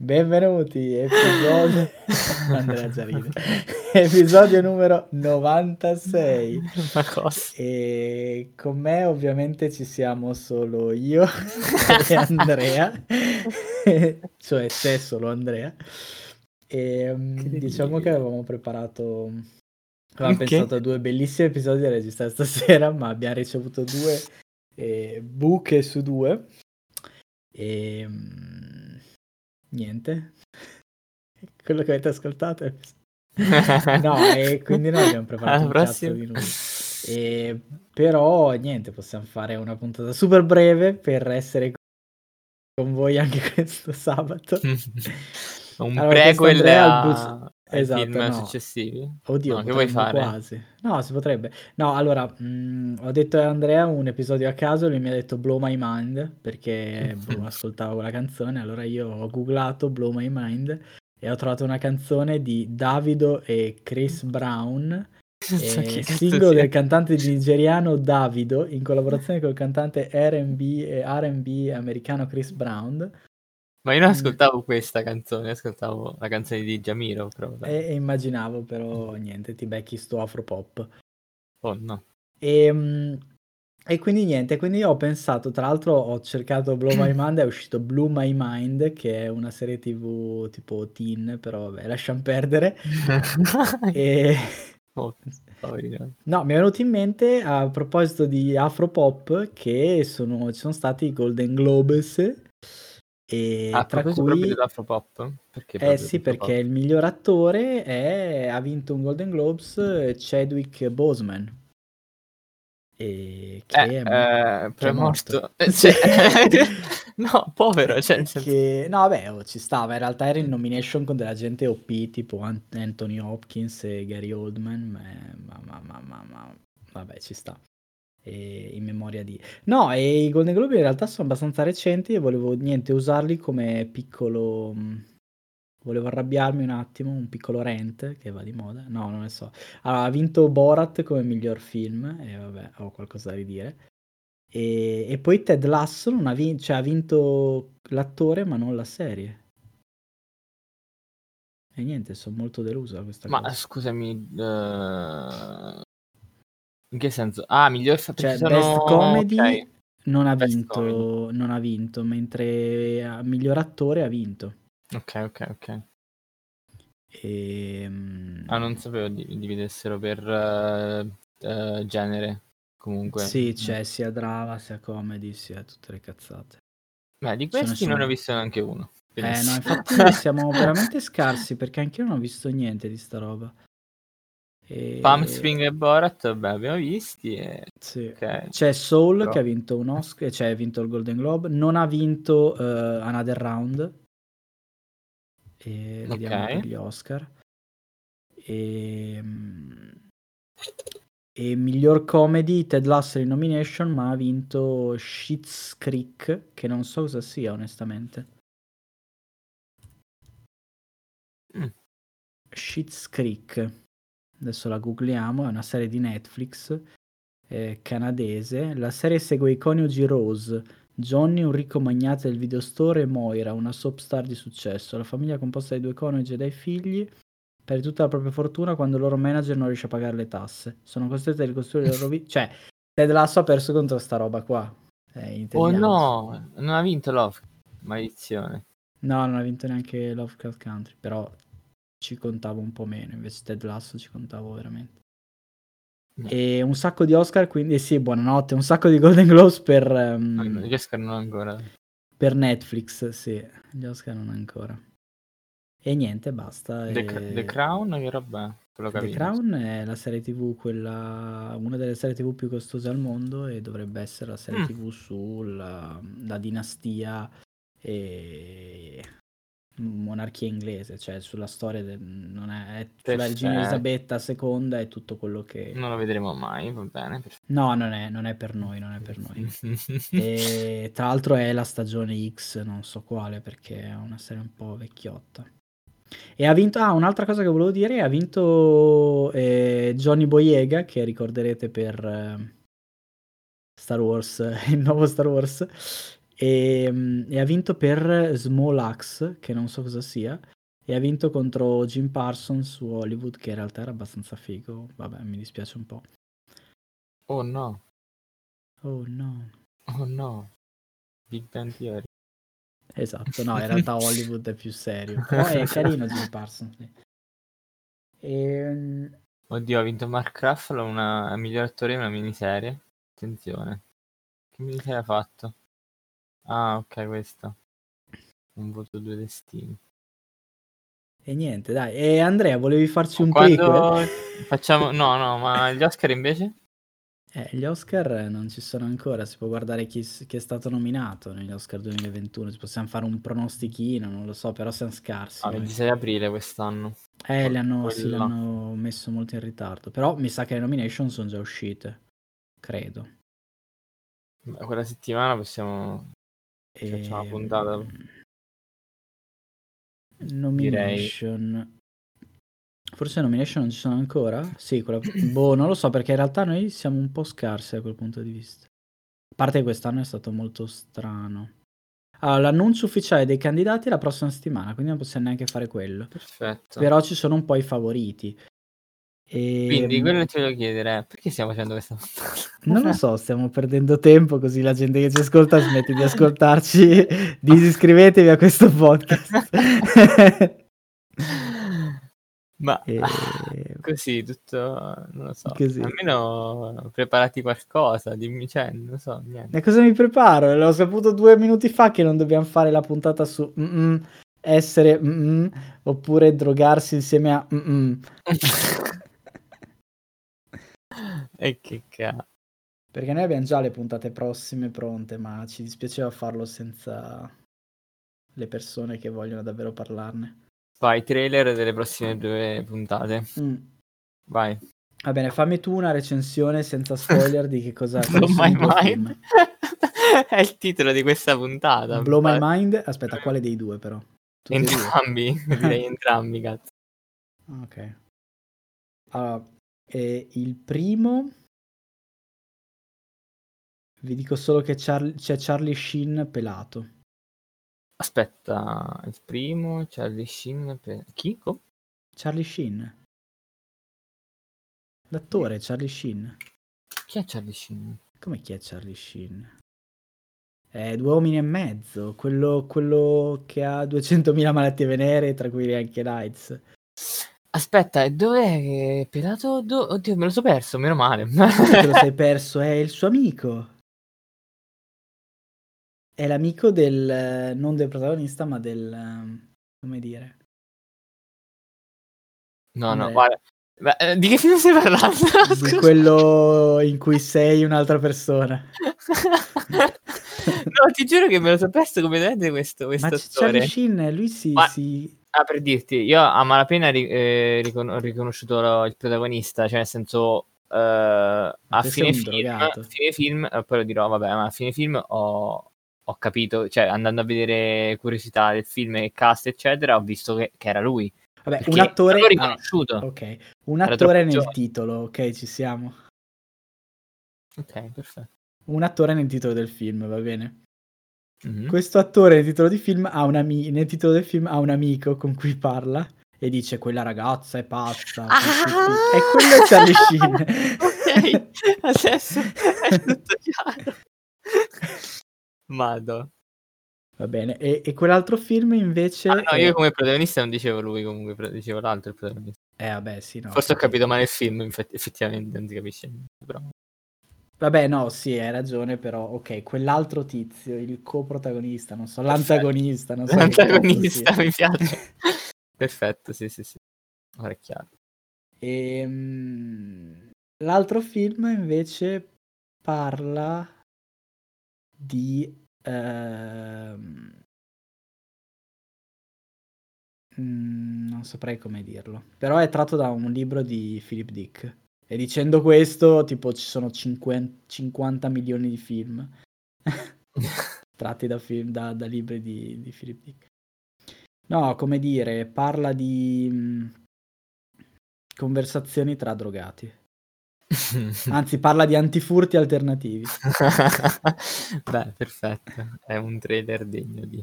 Benvenuti, episodio Andrea già ride. Episodio numero 96. Ma cosa? E con me ovviamente ci siamo solo io e Andrea, cioè te solo Andrea. E diciamo che avevamo pensato a 2 bellissimi episodi da registrare stasera, ma abbiamo ricevuto 2 buche su 2. E niente, quello che avete ascoltato è... No, e quindi noi abbiamo preparato un cazzo di nulla. Però niente, possiamo fare una puntata super breve per essere con voi anche questo sabato. Un Allora, questo prequel Andrea ai esatto, film no. successivi? Oddio, No, che vuoi potremmo fare? quasi. No, si potrebbe. No, allora, ho detto a Andrea un episodio a caso, lui mi ha detto Blow My Mind, perché ascoltavo quella canzone, allora io ho googlato Blow My Mind e ho trovato una canzone di Davido e Chris Brown, Che cazzo singolo sia? del cantante nigeriano Davido, in collaborazione col cantante R&B e R&B americano Chris Brown. Ma io non ascoltavo questa canzone, ascoltavo la canzone di Jamiro proprio. E immaginavo, però niente, ti becchi sto afropop. Oh no. E quindi niente, quindi io ho pensato, tra l'altro ho cercato Blow My Mind, è uscito Blue My Mind, che è una serie TV tipo teen, però vabbè, lasciamo perdere. E... Oh, poverino. No, mi è venuto in mente a proposito di Afropop che ci sono stati i Golden Globes, e A tra proposito proprio cui... dell'Afropop? Perché proprio sì, perché il miglior attore ha vinto un Golden Globes, Chadwick Boseman. Che però è è morto. morto. Sì. No, povero, cioè nel senso... No, vabbè, ci stava. In realtà era in nomination con della gente OP, tipo Anthony Hopkins e Gary Oldman, ma vabbè, ci sta. In memoria di... No, e i Golden Globe in realtà sono abbastanza recenti e volevo, niente, usarli come piccolo... Volevo arrabbiarmi un attimo, un piccolo rant che va di moda. No, non ne so. Allora, ha vinto Borat come miglior film, e vabbè, ho qualcosa da ridire. E poi Ted Lasso non cioè, ha vinto l'attore, ma non la serie. E niente, sono molto deluso da questa Ma cosa. scusami, in che senso? Ah, miglior perché Cioè, sono... Best Comedy Ok, non ha Best Comedy. vinto, mentre miglior attore ha vinto. Ok. E, Ah, non sapevo dividessero per genere, comunque. sì, c'è sia drama, sia comedy, sia tutte le cazzate. Beh, di Ce ne questi non ne ho sono... visto neanche uno. no, Benissimo. infatti siamo veramente scarsi, perché anch'io non ho visto niente di sta roba. Palm Spring e Borat, vabbè, abbiamo visti. Sì. Okay. C'è Soul Però... che ha vinto un Oscar, cioè ha vinto il Golden Globe, non ha vinto Another Round. Vediamo per gli Oscar. E miglior comedy Ted Lasso in nomination, ma ha vinto Schitt's Creek, che non so cosa sia onestamente. Schitt's Creek, adesso la googliamo, è una serie di Netflix canadese. La serie segue i coniugi Rose, Johnny, un ricco magnate del videostore, e Moira, una soap star di successo. La famiglia è composta dai 2 coniugi e dai figli, per tutta la propria fortuna, quando il loro manager non riesce a pagare le tasse. Sono costretti a ricostruire le loro vite. Cioè, Ted Lasso ha perso contro sta roba qua. Oh Intendiamo. no, non ha vinto Love. Maledizione. No, non ha vinto neanche Lovecraft Country, però ci contavo un po' meno, invece Ted Lasso ci contavo veramente. No. E un sacco di Oscar, quindi sì, buonanotte, un sacco di Golden Globes per... Gli Oscar non ancora. Per Netflix, sì, gli Oscar non ancora. E niente, basta. The Crown, che roba è? The Crown è la serie TV, una delle serie TV più costose al mondo, e dovrebbe essere la serie TV sulla dinastia e monarchia inglese, cioè sulla storia sulla regina Elisabetta II e tutto quello che... Non lo vedremo mai, va bene. No, non è per noi, non è per noi. E tra l'altro è la stagione X, non so quale, perché è una serie un po' vecchiotta. E ha vinto, un'altra cosa che volevo dire, ha vinto Johnny Boyega, che ricorderete per Star Wars, il nuovo Star Wars, e ha vinto per Small Axe, che non so cosa sia, e ha vinto contro Jim Parsons su Hollywood, che in realtà era abbastanza figo. Vabbè, mi dispiace un po'. Oh no, Oh no. oh no. Big Bang Theory. Esatto, no, in realtà Hollywood è più serio, però è carino Jim Parsons. Oddio, ha vinto Mark Ruffalo una miglior attore in una miniserie. Attenzione. Che miniserie ha fatto? Ah, ok, questa. Un voto, due destini. E niente, dai. E Andrea, volevi farci un Quando prequel? facciamo... No, ma gli Oscar invece? Gli Oscar non ci sono ancora, si può guardare chi è stato nominato negli Oscar 2021, ci possiamo fare un pronostichino, non lo so, però siamo scarsi Ah, noi. 26 aprile quest'anno. Sì, Quella. l'hanno messo molto in ritardo, però mi sa che le nomination sono già uscite, credo. Beh, quella settimana possiamo... Facciamo una puntata. Direi. Nomination. Forse nomination non ci sono ancora? Sì, boh, non lo so, perché in realtà noi siamo un po' scarsi da quel punto di vista. A parte che quest'anno è stato molto strano. Allora, l'annuncio ufficiale dei candidati è la prossima settimana, quindi non possiamo neanche fare quello. Perfetto. Però ci sono un po' i favoriti. Quindi quello che ti volevo chiedere è perché stiamo facendo questa puntata? Non lo so, stiamo perdendo tempo così la gente che ci ascolta smetti di ascoltarci. Disiscrivetevi a questo podcast. Ma E... così tutto, non lo so, Così. almeno preparati qualcosa, dimmi, cioè, non lo so, niente. E cosa mi preparo? L'ho saputo 2 minuti fa che non dobbiamo fare la puntata su essere oppure drogarsi insieme a E che cazzo. Perché noi abbiamo già le puntate prossime pronte, ma ci dispiaceva farlo senza le persone che vogliono davvero parlarne. Vai, trailer delle prossime 2 puntate. Vai. Va bene, fammi tu una recensione senza spoiler di che cosa, quali Blow sono My i tuoi Mind. film. È il titolo di questa puntata. Blow My Mind? Aspetta, quale dei due però? Tutti e due? Entrambi, direi entrambi, cazzo. Ok. Allora, il primo... Vi dico solo che c'è Charlie Sheen pelato. Aspetta, il primo, Charlie Sheen, chi? Charlie Sheen. L'attore Charlie Sheen. Chi è Charlie Sheen? Come chi è Charlie Sheen? È 2 uomini e mezzo, quello che ha 200.000 malattie venere, tra cui anche l'AIDS. Aspetta, e dov'è che è pelato? Oddio, me lo so perso, meno male. Come te lo sei perso? È il suo amico. È l'amico del... non del protagonista, ma del... come dire? No, Andrea, guarda. Di che film stai parlando? di Scusa. quello in cui sei un'altra persona. No, ti giuro che me lo so perso completamente questo Ma c'è Charlie attore. Sheen, lui Ma- si... per dirti, io a malapena ho riconosciuto il protagonista, cioè nel senso a questo è fine un drogato. film, poi lo dirò, vabbè, ma a fine film ho capito, cioè andando a vedere curiosità del film e cast eccetera, ho visto che era lui. Vabbè, un Perché attore... l'ho riconosciuto. ok, un Era attore troppo nel giovane. titolo, ok, ci siamo. Ok, perfetto. Un attore nel titolo del film, va bene? Mhm. Questo attore nel titolo, nel titolo del film ha un amico con cui parla e dice quella ragazza è pazza. E quello è Charlie Sheen. Ok, adesso è tutto chiaro. Madò. Va bene, e quell'altro film invece... No, io come protagonista non dicevo lui, comunque dicevo l'altro il protagonista. vabbè, sì, no. Forse ho capito male il film, effettivamente non si capisce niente, però. Vabbè, no, sì, hai ragione, però, ok, quell'altro tizio, il coprotagonista, non so, Perfetto. l'antagonista, non so che L'antagonista, cazzo mi piace. Perfetto, sì. Ora è chiaro. L'altro film invece parla di... non saprei come dirlo, però è tratto da un libro di Philip Dick. E dicendo questo, tipo, ci sono 50 milioni di film tratti da libri di Philip Dick. No, come dire, parla di conversazioni tra drogati. Anzi, parla di antifurti alternativi. Beh, perfetto. È un trailer degno di...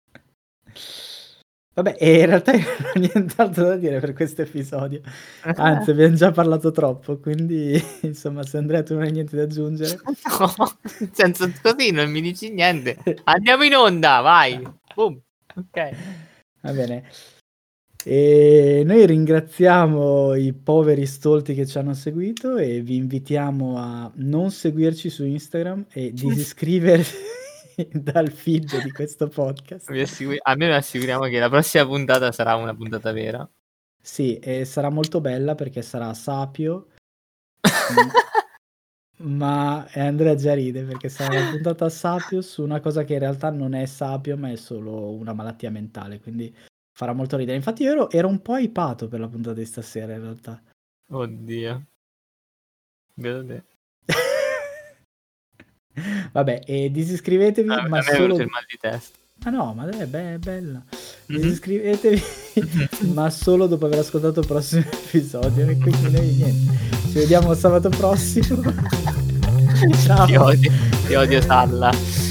Vabbè, e in realtà io non ho nient'altro da dire per questo episodio. Anzi, abbiamo già parlato troppo, quindi insomma, se Andrea tu non hai niente da aggiungere. No, nel senso, così non mi dici niente. Andiamo in onda, vai. Boom. Ok. Va bene. E noi ringraziamo i poveri stolti che ci hanno seguito e vi invitiamo a non seguirci su Instagram e disiscrivervi dal feed di questo podcast. Almeno assicuriamo che la prossima puntata sarà una puntata vera. Sì, e sarà molto bella perché sarà Sapio. Ma Andrea già ride perché sarà una puntata Sapio su una cosa che in realtà non è Sapio, ma è solo una malattia mentale, quindi farà molto ridere. Infatti io ero un po' hypato per la puntata di stasera in realtà. Oddio. Vedo te. Vabbè, e disiscrivetevi, A ma me è solo... venuto il mal di testa. Ah no, ma è bella. Disiscrivetevi, ma solo dopo aver ascoltato il prossimo episodio. E quindi noi niente. Ci vediamo sabato prossimo. Ciao. Ti odio Salla.